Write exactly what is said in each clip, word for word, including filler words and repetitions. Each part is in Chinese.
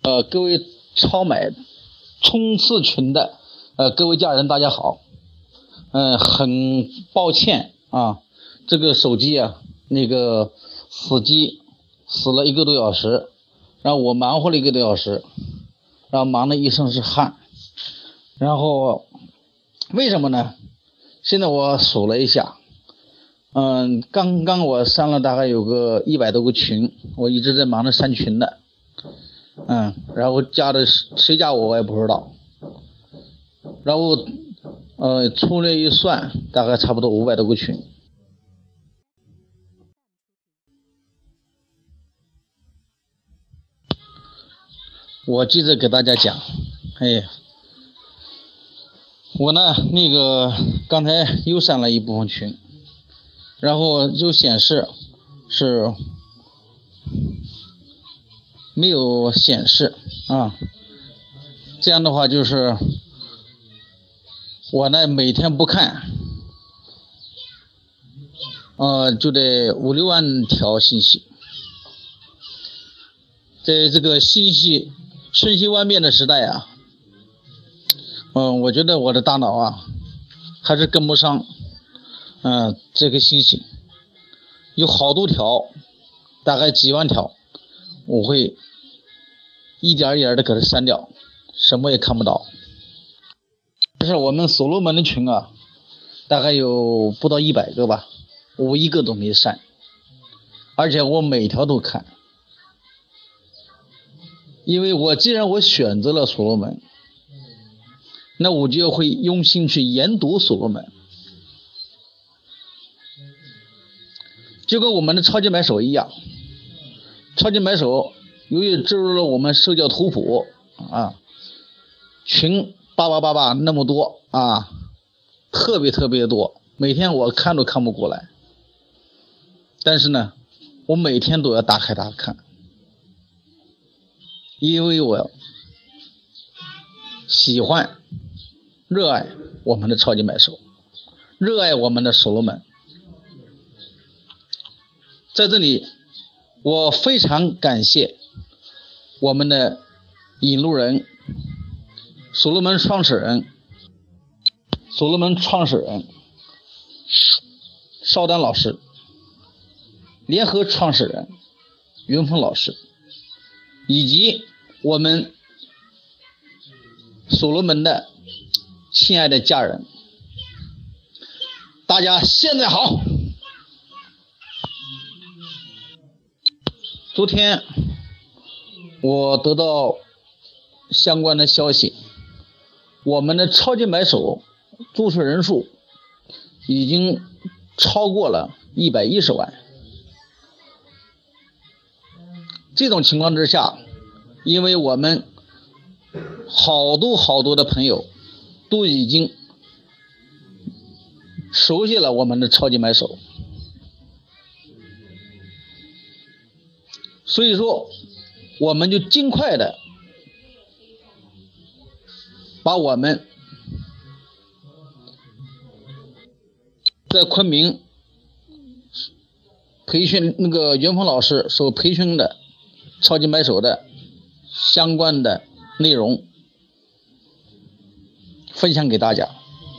呃，各位超买冲刺群的呃各位家人，大家好。嗯、呃，很抱歉啊，这个手机啊，那个死机死了一个多小时，然后我忙活了一个多小时，然后忙得一身是汗。然后为什么呢？现在我数了一下，嗯，刚刚我删了大概有个一百多个群，我一直在忙着删群的。嗯，然后加的谁加我我也不知道，然后呃粗略一算，大概差不多五百多个群。我接着给大家讲，哎，我呢那个刚才又删了一部分群，然后就显示是没有显示啊，这样的话就是我呢每天不看，呃就得五六万条信息，在这个信息瞬息万变的时代啊，嗯、呃，我觉得我的大脑啊还是跟不上，嗯、呃，这个信息有好多条，大概几万条，我会一点一点的给它删掉，什么也看不到。但是我们所罗门的群啊，大概有不到一百个吧，我一个都没删，而且我每条都看，因为我既然我选择了所罗门，那我就会用心去研读所罗门，就跟我们的超级买手一样，超级买手由于植入了我们社交图谱啊，群八八八八那么多啊，特别特别多，每天我看都看不过来。但是呢，我每天都要打开它看，因为我喜欢、热爱我们的超级买手，热爱我们的所罗门。在这里，我非常感谢我们的引路人、所罗门创始人、所罗门创始人邵丹老师，联合创始人云峰老师，以及我们所罗门的亲爱的家人，大家现在好。昨天我得到相关的消息，我们的超级买手注册人数已经超过了一百一十万。这种情况之下，因为我们好多好多的朋友都已经熟悉了我们的超级买手，所以说我们就尽快的把我们在昆明培训那个袁峰老师所培训的超级买手的相关的内容分享给大家。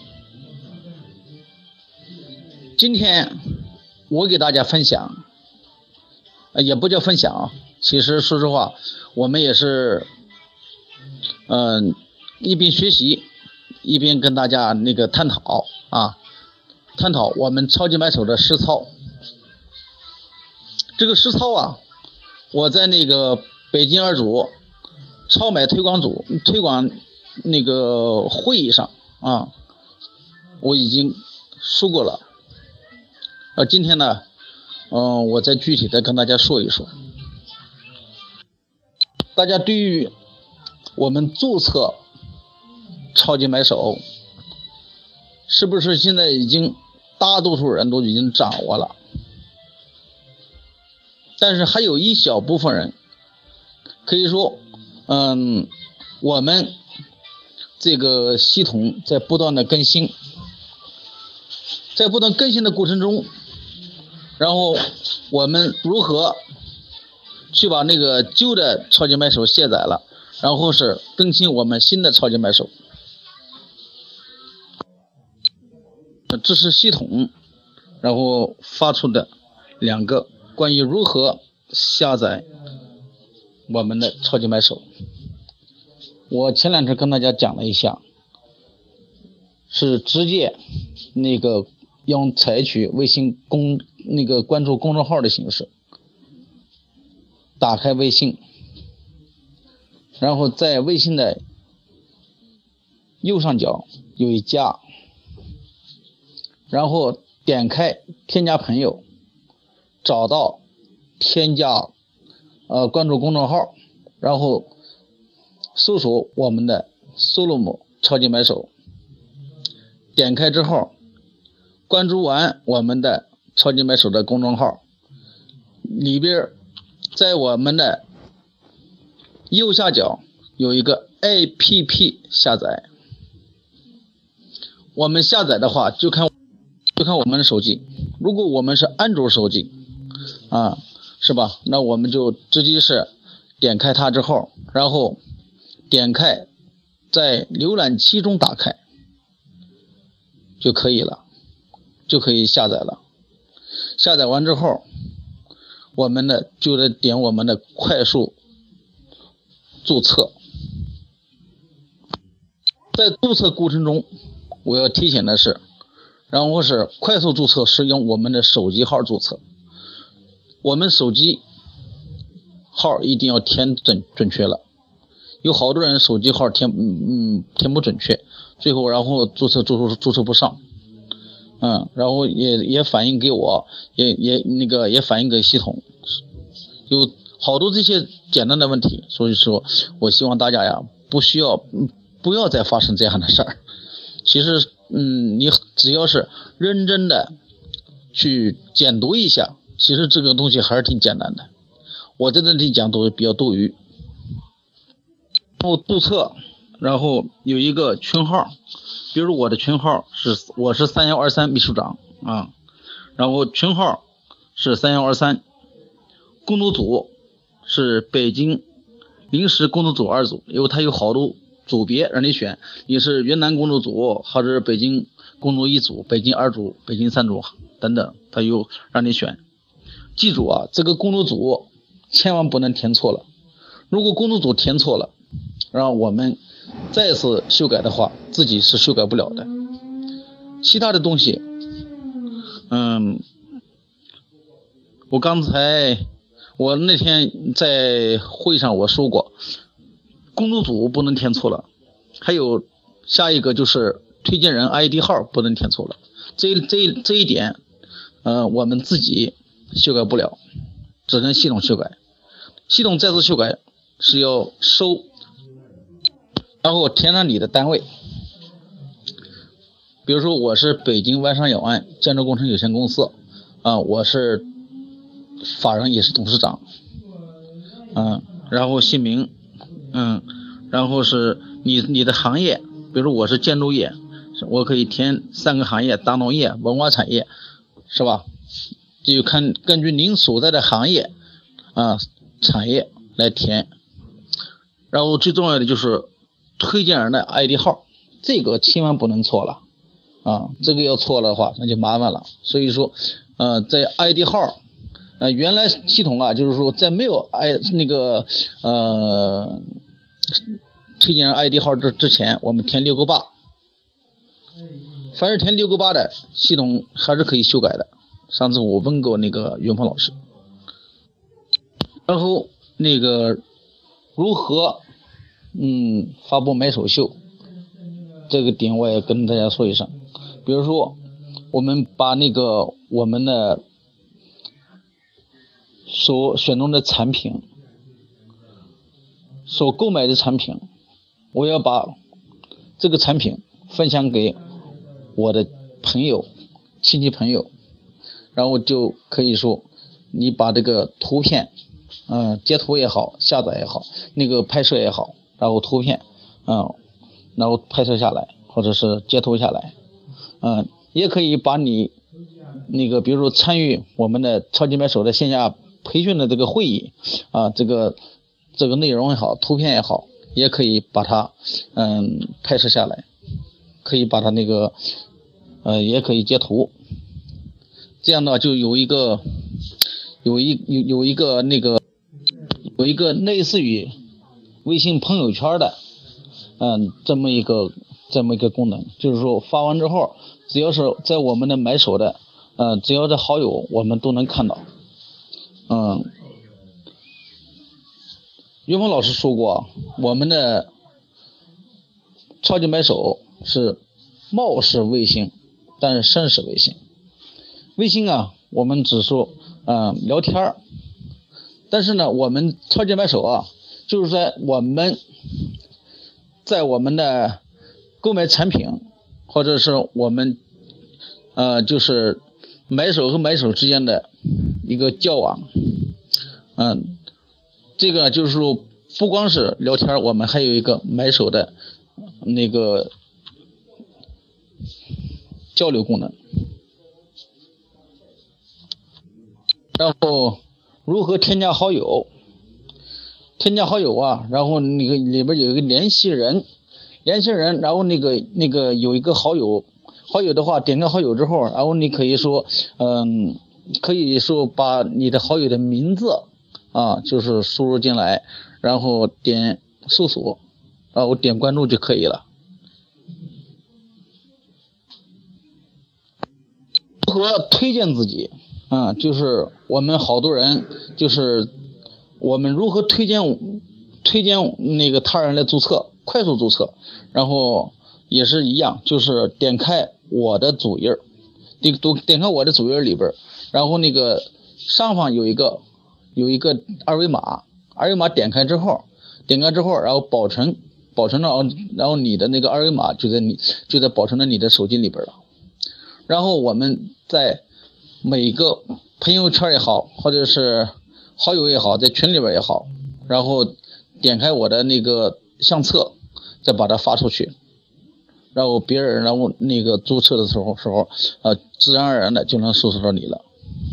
今天我给大家分享，也不叫分享啊，其实说实话，我们也是嗯、呃、一边学习一边跟大家那个探讨啊，探讨我们超级买手的实操。这个实操啊，我在那个北京二组超买推广组推广那个会议上啊，我已经说过了。呃，今天呢，嗯、呃，我再具体的跟大家说一说。大家对于我们注册超级买手，是不是现在已经大多数人都已经掌握了？但是还有一小部分人，可以说，嗯，我们这个系统在不断的更新，在不断更新的过程中，然后我们如何去把那个旧的超级买手卸载了， 然后是更新我们新的超级买手。这是系统然后发出的两个关于如何下载我们的超级买手。我前两天跟大家讲了一下，是直接那个用采取微信公那个关注公众号的形式，打开微信，然后在微信的右上角有一加，然后点开添加朋友，找到添加呃关注公众号，然后搜索我们的 Solom 超级买手，点开之后关注完我们的超级买手的公众号，里边在我们的右下角有一个 A P P 下载，我们下载的话就看就看我们的手机，如果我们是安卓手机啊，是吧？那我们就直接是点开它之后，然后点开在浏览器中打开就可以了，就可以下载了。下载完之后，我们呢就得点我们的快速注册。在注册过程中，我要提醒的是，然后是快速注册是用我们的手机号注册，我们手机号一定要填准准确了。有好多人手机号填嗯填不准确，最后然后注册注册注册不上，嗯，然后也也反映给我，也也那个也反映给系统，有好多这些简单的问题，所以说我希望大家呀不需要不要再发生这样的事儿。其实嗯你只要是认真的去检读一下，其实这个东西还是挺简单的。我在这里讲都是比较多余。然后注册，然后有一个群号，比如我的群号是我是三幺二三秘书长啊，然后群号是三幺二三，工作组是北京临时工作组二组，因为它有好多组别让你选，你是云南工作组还是北京工作一组、北京二组、北京三组等等，它有让你选。记住啊，这个工作组千万不能填错了，如果工作组填错了，让我们再次修改的话，自己是修改不了的。其他的东西，嗯，我刚才我那天在会上我说过，工作组不能填错了，还有下一个就是推荐人 I D 号不能填错了。这这这一点，呃，我们自己修改不了，只能系统修改。系统再次修改是要收。然后填上你的单位，比如说我是北京湾山咬岸建筑工程有限公司啊，我是法人也是董事长，嗯，然后姓名，嗯，然后是你你的行业，比如说我是建筑业，我可以填三个行业：大农业、文化产业，是吧？就看根据您所在的行业啊产业来填。然后最重要的就是推荐人的 I D 号，这个千万不能错了啊！这个要错了的话，那就麻烦了。所以说，呃，在 I D 号，呃，原来系统啊，就是说在没有 I 那个呃推荐人 I D 号之之前，我们填六个八，凡是填六个八的，系统还是可以修改的。上次我问过那个云鹏老师，然后那个如何？嗯，发布买手秀这个点我也跟大家说一声。比如说我们把那个我们的所选中的产品，所购买的产品，我要把这个产品分享给我的朋友、亲戚朋友，然后就可以说你把这个图片嗯截图也好，下载也好，那个拍摄也好，然后图片，嗯，然后拍摄下来，或者是截图下来，嗯，也可以把你那个，比如说参与我们的超级买手的线下培训的这个会议啊，这个这个内容也好，图片也好， 也可以把它嗯拍摄下来，可以把它那个呃也可以截图，这样呢就有一个有一有有一个那个有一个类似于微信朋友圈的嗯这么一个这么一个功能，就是说发完之后，只要是在我们的买手的嗯只要是好友，我们都能看到。嗯，岳峰老师说过，我们的超级买手是貌似卫星，但是身是卫星。卫星啊，我们只说嗯聊天儿，但是呢，我们超级买手啊，就是在我们在我们的购买产品，或者是我们呃就是买手和买手之间的一个交往，嗯，这个就是说不光是聊天，我们还有一个买手的那个交流功能。然后如何添加好友？添加好友啊，然后那个里边有一个联系人，联系人，然后那个那个有一个好友，好友的话点开好友之后，然后你可以说，嗯，可以说把你的好友的名字啊，就是输入进来，然后点搜索，然后点关注就可以了。如何推荐自己？啊，就是我们好多人，就是我们如何推荐推荐那个他人来注册，快速注册，然后也是一样，就是点开我的主页，点都点开我的主页里边，然后那个上方有一个有一个二维码，二维码点开之后，点开之后，然后保存保存了，然后你的那个二维码就在你就在保存在你的手机里边了。然后我们在每个朋友圈也好，或者是好友也好，在群里边也好，然后点开我的那个相册，再把它发出去，然后别人然后那个注册的时候时候呃自然而然的就能搜索到你了。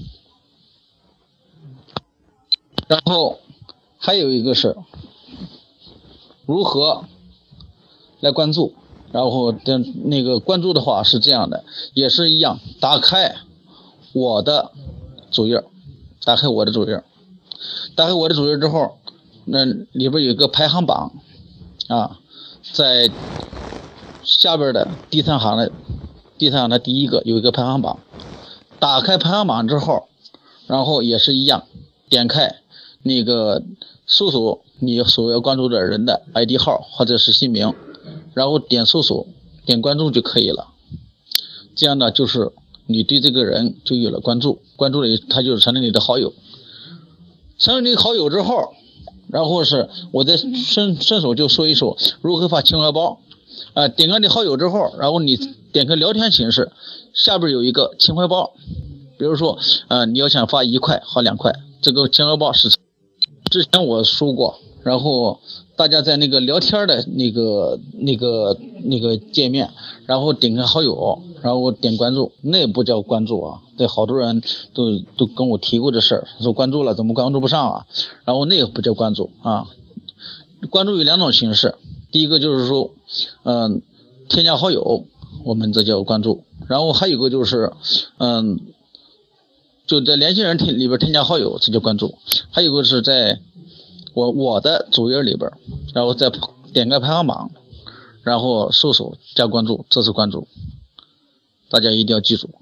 然后还有一个是如何来关注，然后的那个关注的话是这样的，也是一样，打开我的主页，打开我的主页，打开我的主页之后，那里边有一个排行榜啊，在下边的第三行的第三行的第一个有一个排行榜，打开排行榜之后，然后也是一样，点开那个搜索你所要关注的人的 I D 号或者是姓名，然后点搜索，点关注就可以了。这样呢，就是你对这个人就有了关注，关注了他就成了你的好友。成了你的好友之后，然后是我再顺顺手就说一说如何发情怀包。呃，点开你好友之后，然后你点开聊天形式，下边有一个情怀包，比如说呃你要想发一块或两块，这个情怀包是之前我说过，然后大家在那个聊天的那个那个那个界面，然后点开好友，然后点关注，那不叫关注啊，对，好多人都都跟我提过这事儿，说关注了怎么关注不上啊，然后那个不叫关注啊。关注有两种形式，第一个就是说嗯、呃、添加好友，我们这叫关注，然后还有一个就是嗯就在联系人里边添加好友，这叫关注，还有一个是在我我的主页里边，然后再点开排行榜，然后搜索加关注，这是关注，大家一定要记住。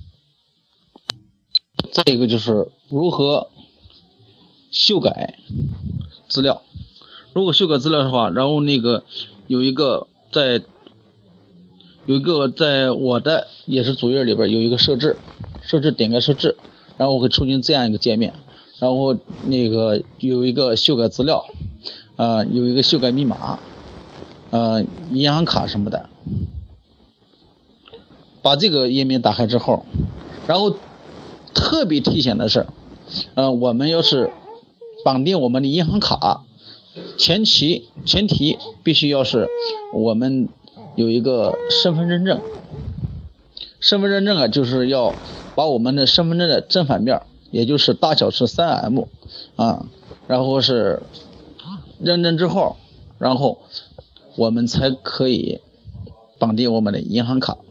再一个就是如何修改资料，如果修改资料的话，然后那个有一个在有一个在我的也是主页里边有一个设置，设置点开设置，然后会出现这样一个界面，然后那个有一个修改资料，呃，有一个修改密码，呃，银行卡什么的。把这个页面打开之后，然后特别提醒的是，呃，我们要是绑定我们的银行卡，前期前提必须要是我们有一个身份认证。身份认证啊，就是要把我们的身份证的正反面，也就是大小是 三 M 啊，然后是认证之后， 然后我们才可以绑定我们的银行卡，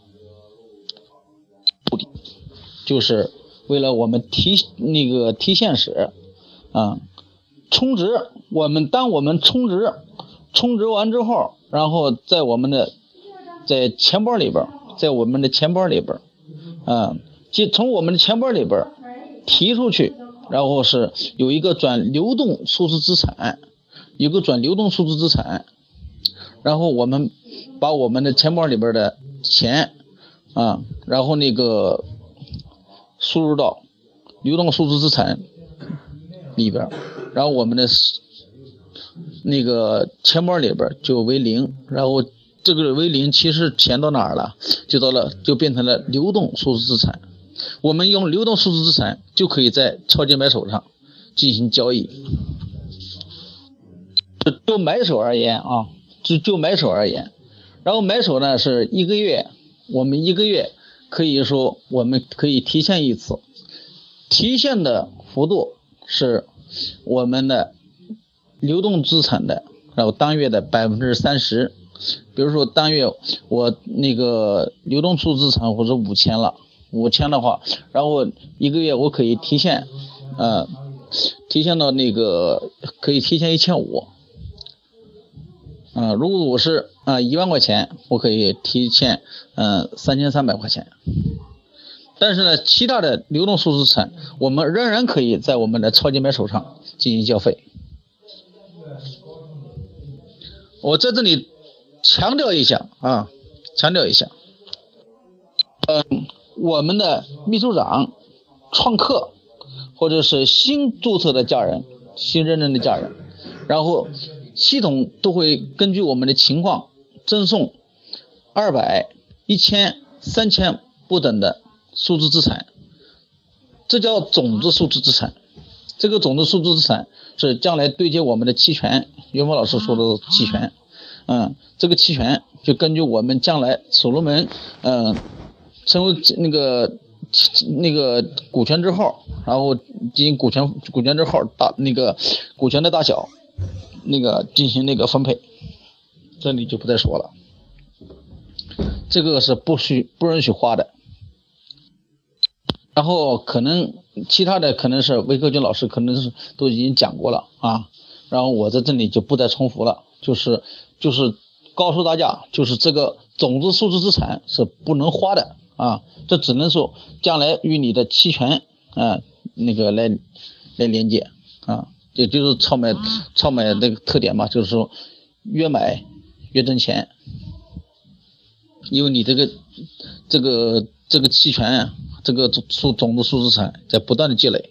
目的就是为了我们提那个提现时啊充值，我们当我们充值充值完之后，然后在我们的在钱包里边，在我们的钱包里边，啊，即从我们的钱包里边提出去，然后是有一个转流动数字资产，有个转流动数字资产，然后我们把我们的钱包里边的钱啊，然后那个输入到流动数字资产里边，然后我们的那个钱包里边就为零，然后这个为零其实钱到哪儿了，就到了就变成了流动数字资产。我们用流动数字资产就可以在超级买手上进行交易。就就买手而言啊，就就买手而言，然后买手呢是一个月，我们一个月可以说我们可以提现一次，提现的幅度是我们的流动资产的，然后当月的百分之三十。比如说当月我那个流动数字资产或者五千了，五千的话，然后一个月我可以提现，呃，提现到那个可以提现一千五。呃，如果我是呃一万块钱，我可以提现呃三千三百块钱。但是呢，其他的流动数字资产，我们仍然可以在我们的超级买手上进行交费。我在这里强调一下啊，强调一下，嗯、呃，我们的秘书长、创客或者是新注册的家人、新认证的家人，然后系统都会根据我们的情况赠送二百、一千、三千不等的数字资产，这叫种子数字资产。这个种子数字资产是将来对接我们的期权，袁峰老师说的期权。嗯，这个期权就根据我们将来所罗门嗯成为那个那个股权之后，然后进行股权股权之后大那个股权的大小那个进行那个分配，这里就不再说了。这个是不许不允许花的。然后可能其他的可能是魏克军老师可能是都已经讲过了啊，然后我在这里就不再重复了，就是就是告诉大家，就是这个种子数字资产是不能花的啊，这只能说将来与你的期权啊那个来来连接啊，也就是超买超买那个特点嘛，就是说越买越挣钱，因为你这个这个这个期权啊。这个数种子数字资产在不断的积累，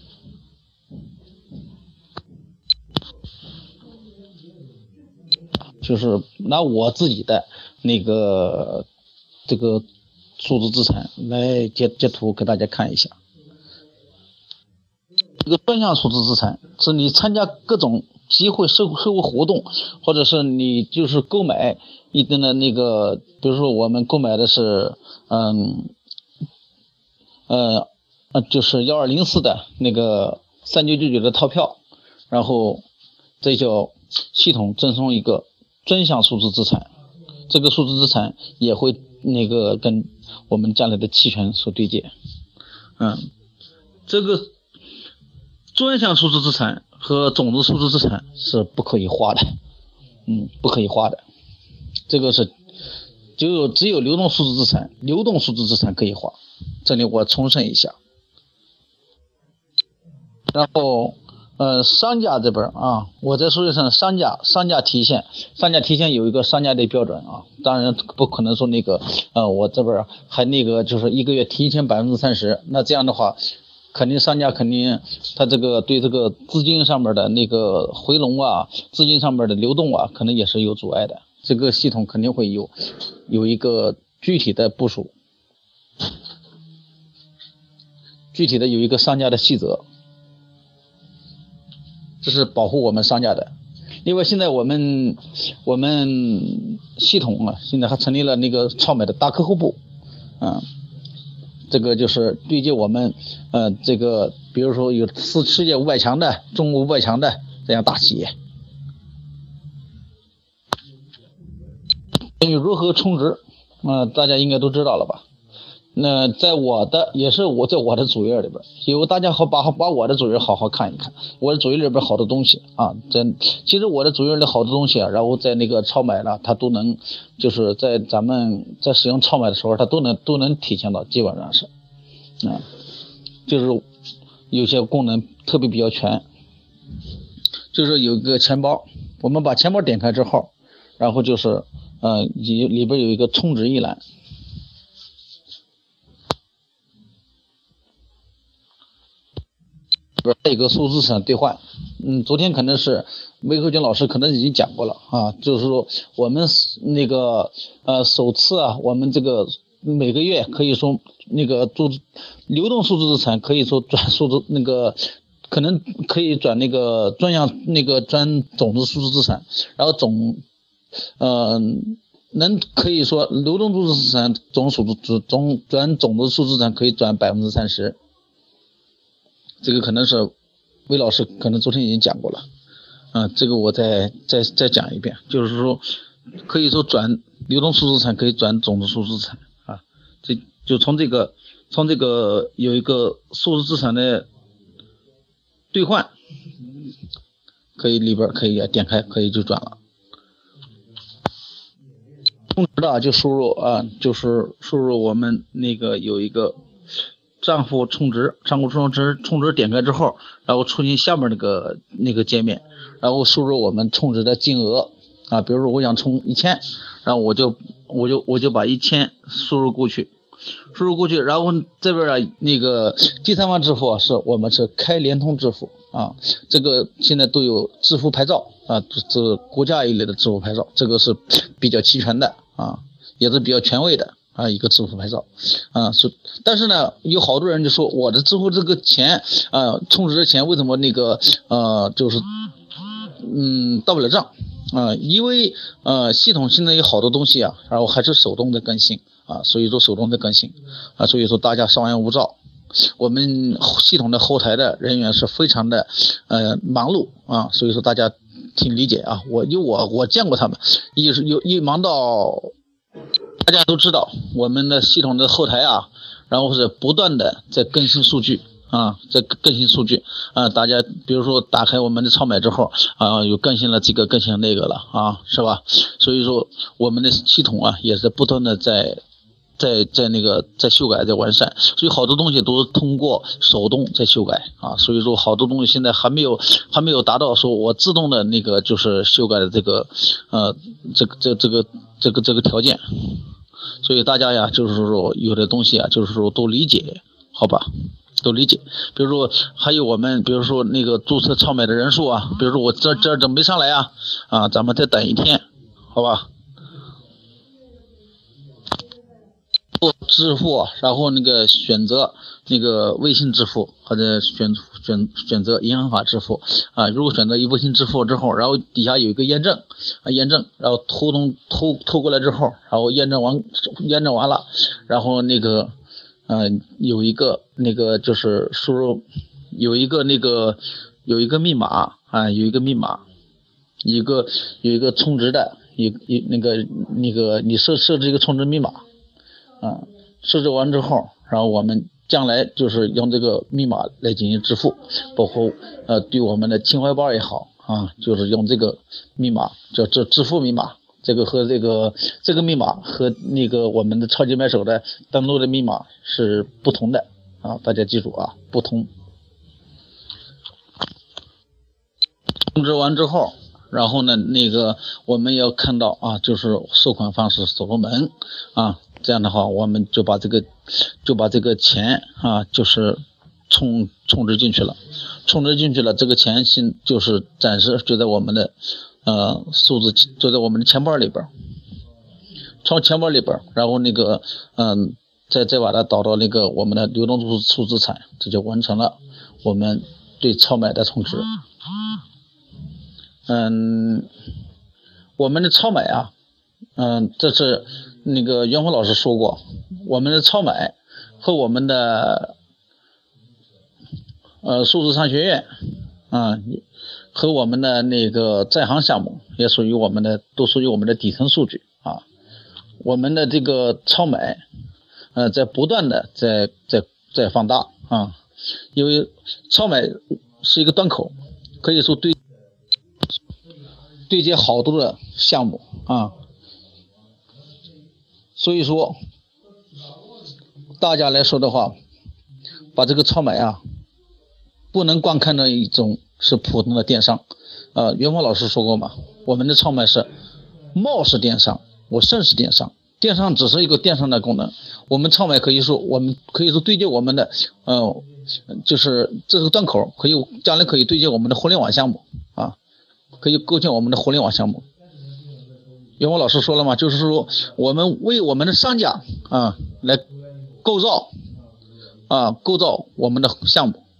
就是拿我自己的那个这个数字资产来截截图给大家看一下。这个专项数字资产是你参加各种机会社会社会活动，或者是你就是购买一定的那个，比如说我们购买的是嗯。呃呃，就是幺二零四的那个三九九九的套票，然后这叫系统赠送一个专项数字资产，这个数字资产也会那个跟我们将来的期权所对接。嗯，这个专项数字资产和种子数字资产是不可以花的，嗯，不可以花的，这个是只有只有流动数字资产，流动数字资产可以花。这里我重申一下，然后呃商家这边啊，我再说一声商家商家提现，商家提现有一个商家的标准啊，当然不可能说那个呃我这边还那个就是一个月提前百分之三十，那这样的话，肯定商家肯定他这个对这个资金上面的那个回笼啊，资金上面的流动啊，可能也是有阻碍的，这个系统肯定会有有一个具体的部署。具体的有一个商家的细则，这是保护我们商家的。另外，现在我们我们系统啊，现在还成立了那个超买的大客户部，嗯，这个就是对接我们呃这个，比如说有世世界五百强的、中国五百强的这样大企业。 至于如何充值，呃，大家应该都知道了吧？那在我的也是我在我的主页里边，有大家好把把我的主页好好看一看，我的主页里边好多东西啊，在其实我的主页里好多东西啊，然后在那个超买了，它都能就是在咱们在使用超买的时候，它都能都能体现到，基本上是啊，就是有些功能特别比较全，就是有一个钱包，我们把钱包点开之后，然后就是呃里里边有一个充值一栏。还有一个数字资产兑换，嗯，昨天可能是魏克军老师可能已经讲过了啊，就是说我们那个呃首次啊，我们这个每个月可以说那个做流动数字资产可以说转数字那个可能可以转那个专项那个专种子数字资产，然后总呃能可以说流动数字资产总数字总转种子数字资产可以转百分之三十。这个可能是魏老师可能昨天已经讲过了，啊，这个我再再再讲一遍，就是说可以说转流动数字资产可以转种子数字资产啊，这就从这个从这个有一个数字资产的兑换，可以里边可以点开，可以就转了。充值的就输入啊，就是输入我们那个有一个。账户充值，账户充值，充值点开之后，然后出现下面那个那个界面，然后输入我们充值的金额啊，比如说我想充一千，然后我就我就我就把一千输入过去，输入过去，然后这边啊那个第三方支付啊是我们是开联通支付啊，这个现在都有支付牌照啊，这国家一类的支付牌照，这个是比较齐全的啊，也是比较权威的。啊，一个支付牌照，啊是，但是呢，有好多人就说我的支付这个钱，啊，充值的钱为什么那个呃就是，嗯，到不了账啊？因为呃系统现在有好多东西啊，然后还是手动的更新啊，所以说手动的更新啊，所以说大家稍安勿躁。我们系统的后台的人员是非常的呃忙碌啊，所以说大家请理解啊。我因为我我见过他们，一是有一忙到。大家都知道我们的系统的后台啊，然后是不断的在更新数据啊，在更新数据啊，大家比如说打开我们的超买之后啊，有更新了这个更新那个了啊，是吧？所以说我们的系统啊也是不断的在在在那个在修改在完善，所以好多东西都是通过手动在修改啊，所以说好多东西现在还没有还没有达到说我自动的那个就是修改的这个呃这个这这个这个这个条件。所以大家呀，就是说有的东西啊，就是说都理解，好吧，都理解。比如说还有我们，比如说那个注册超买的人数啊，比如说我这这怎么没上来啊？啊，咱们再等一天，好吧？做支付，然后那个选择那个微信支付或者选选选择银行卡支付啊。如果选择微信支付之后，然后底下有一个验证啊，验证，然后偷通偷偷过来之后，然后验证完验证完了，然后那个呃有一个那个就是输入有一个那个有一个密码啊，有一个密码，一个有一个充值的一一那个那个你设设置一个充值密码。啊，设置完之后，然后我们将来就是用这个密码来进行支付，包括呃对我们的情怀包也好啊，就是用这个密码叫这支付密码，这个和这个这个密码和那个我们的超级买手的登录的密码是不同的啊，大家记住啊，不同。通知完之后，然后呢，那个我们要看到啊，就是收款方式所罗门啊。这样的话，我们就把这个就把这个钱啊，就是充充值进去了，充值进去了，这个钱现就是暂时就在我们的呃数字就在我们的钱包里边，从钱包里边，然后那个嗯、呃，再再把它导到那个我们的流动数数资产，这就完成了我们对超买的充值。嗯，我们的超买啊。嗯，这是那个袁峰老师说过，我们的超买和我们的呃数字商学院啊，和我们的那个在行项目也属于我们的，都属于我们的底层数据啊。 我们的这个超买，呃，在不断的在在在放大啊，因为超买是一个端口，可以说对对接好多的项目啊，所以说大家来说的话，把这个超买啊，不能光看到一种是普通的电商，呃，袁峰老师说过嘛，我们的超买是貌似电商，我胜是电商，电商只是一个电商的功能，我们超买可以说我们可以说对接我们的，呃，就是这个端口可以将来可以对接我们的互联网项目啊，可以构建我们的互联网项目。袁峰老师说了嘛，就是说我们为我们的商家啊来构造啊构造我们的项目。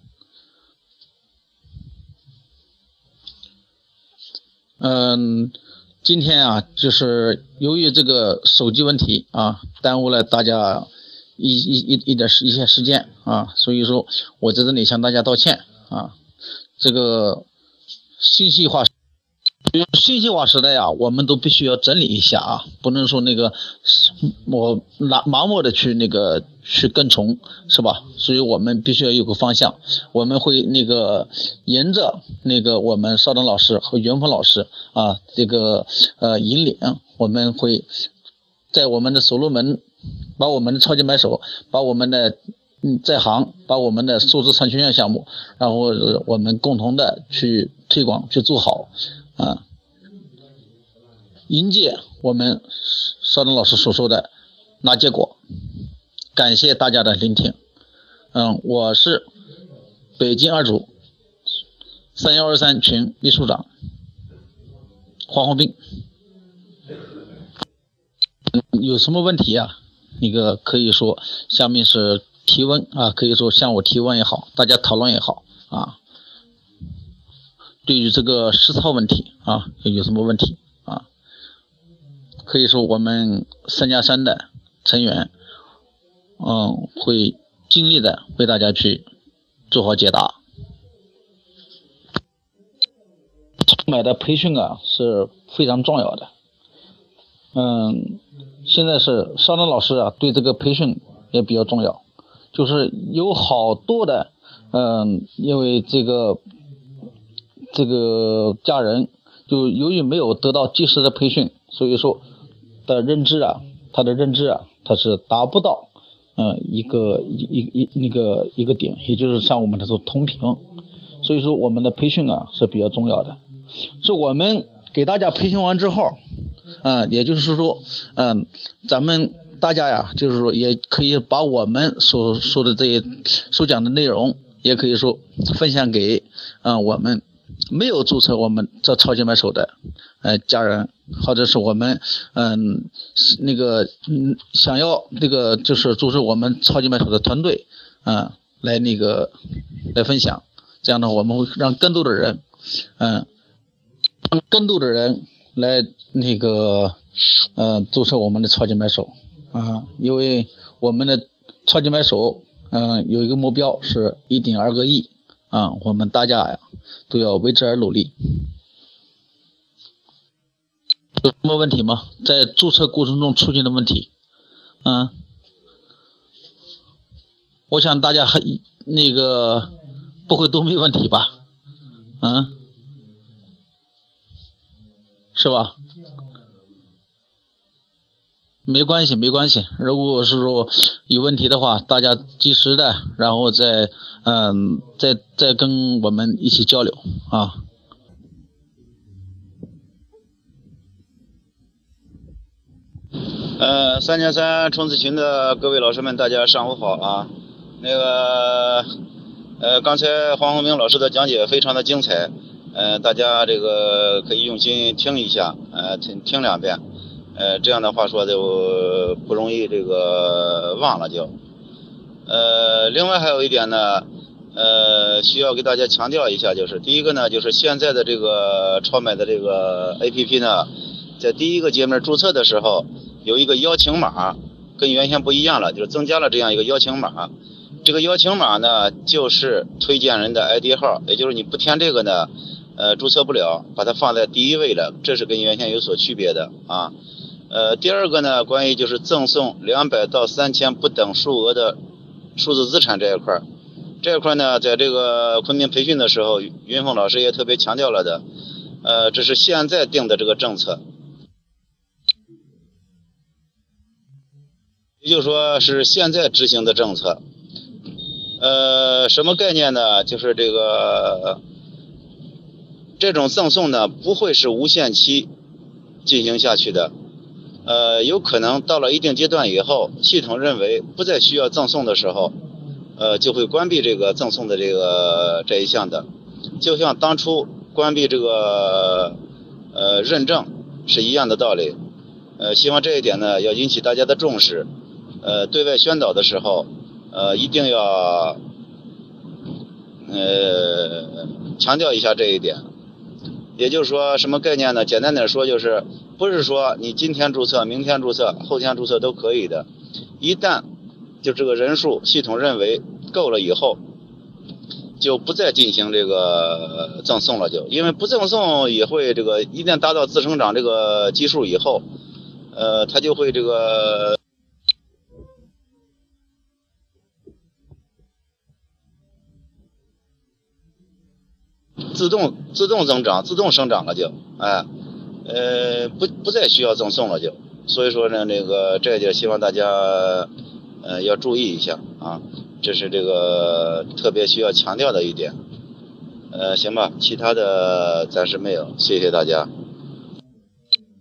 嗯，今天啊，就是由于这个手机问题啊，耽误了大家一一一一点一些时间啊，所以说我在这里向大家道歉啊。这个信息化。信息化时代啊，我们都必须要整理一下啊，不能说那个我盲目的去那个去跟从，是吧？所以我们必须要有个方向，我们会那个沿着那个我们邵东老师和袁峰老师啊这个呃引领，我们会在我们的所罗门，把我们的超级买手，把我们的嗯在行，把我们的数字产权项目，然后我们共同的去推广去做好。啊，迎接我们邵东老师所说的拿结果，感谢大家的聆听。嗯，我是北京二组三幺二三群秘书长黄宏斌。有什么问题啊？那个可以说下面是提问啊，可以说向我提问也好，大家讨论也好啊。对于这个实操问题啊，有什么问题啊？可以说我们三加三的成员，嗯，会尽力的为大家去做好解答。超买的培训啊是非常重要的，嗯，现在是邵东老师啊对这个培训也比较重要，就是有好多的，嗯，因为这个。这个家人就由于没有得到及时的培训，所以说的认知啊，他的认知啊，他是达不到呃一个一一那个一个点，也就是像我们的说同频，所以说我们的培训啊是比较重要的。是我们给大家培训完之后，嗯、呃，也就是说，嗯、呃，咱们大家呀，就是说也可以把我们所说的这些所讲的内容，也可以说分享给啊、呃、我们。没有注册我们这超级买手的呃家人，或者是我们嗯那个嗯想要那个就是注册我们超级买手的团队啊、嗯、来那个来分享，这样的话我们会让更多的人嗯让更多的人来那个呃注册我们的超级买手啊，因为我们的超级买手嗯有一个目标是一点二个亿啊，我们大家呀都要为之而努力。有什么问题吗？在注册过程中出现的问题？嗯，我想大家还那个不会都没问题吧？嗯，是吧？没关系，没关系。如果是说有问题的话，大家及时的，然后再嗯，再再跟我们一起交流啊。 呃，三加三冲刺群的各位老师们，大家上午好啊。那个呃，刚才黄宏明老师的讲解非常的精彩，呃，大家这个可以用心听一下，呃，听听两遍。呃，这样的话说就不容易这个忘了就。呃，另外还有一点呢，呃，需要给大家强调一下，就是第一个呢，就是现在的这个超买的这个 A P P 呢，在第一个界面注册的时候有一个邀请码，跟原先不一样了，就是增加了这样一个邀请码。这个邀请码呢，就是推荐人的 I D 号，也就是你不填这个呢，呃，注册不了，把它放在第一位了，这是跟原先有所区别的啊。 呃，第二个呢，关于就是赠送两百到三千不等数额的数字资产这一块，这一块呢，在这个昆明培训的时候，云峰老师也特别强调了的，呃，这是现在定的这个政策，也就是说是现在执行的政策。呃，什么概念呢？就是这个这种赠送呢，不会是无限期进行下去的。呃，有可能到了一定阶段以后，系统认为不再需要赠送的时候，呃，就会关闭这个赠送的这个这一项的，就像当初关闭这个呃认证是一样的道理。呃，希望这一点呢要引起大家的重视。呃，对外宣导的时候，呃，一定要呃强调一下这一点。也就是说，什么概念呢？简单点说，就是不是说你今天注册、明天注册、后天注册都可以的。一旦就这个人数系统认为够了以后，就不再进行这个赠送了就，因为不赠送也会这个一旦达到自生长这个基数以后，呃，它就会这个自动自动增长、自动生长了就，哎，呃，不不再需要赠送了就。所以说呢，这个这一点希望大家呃要注意一下啊，这是这个特别需要强调的一点。呃，行吧，其他的暂时没有，谢谢大家。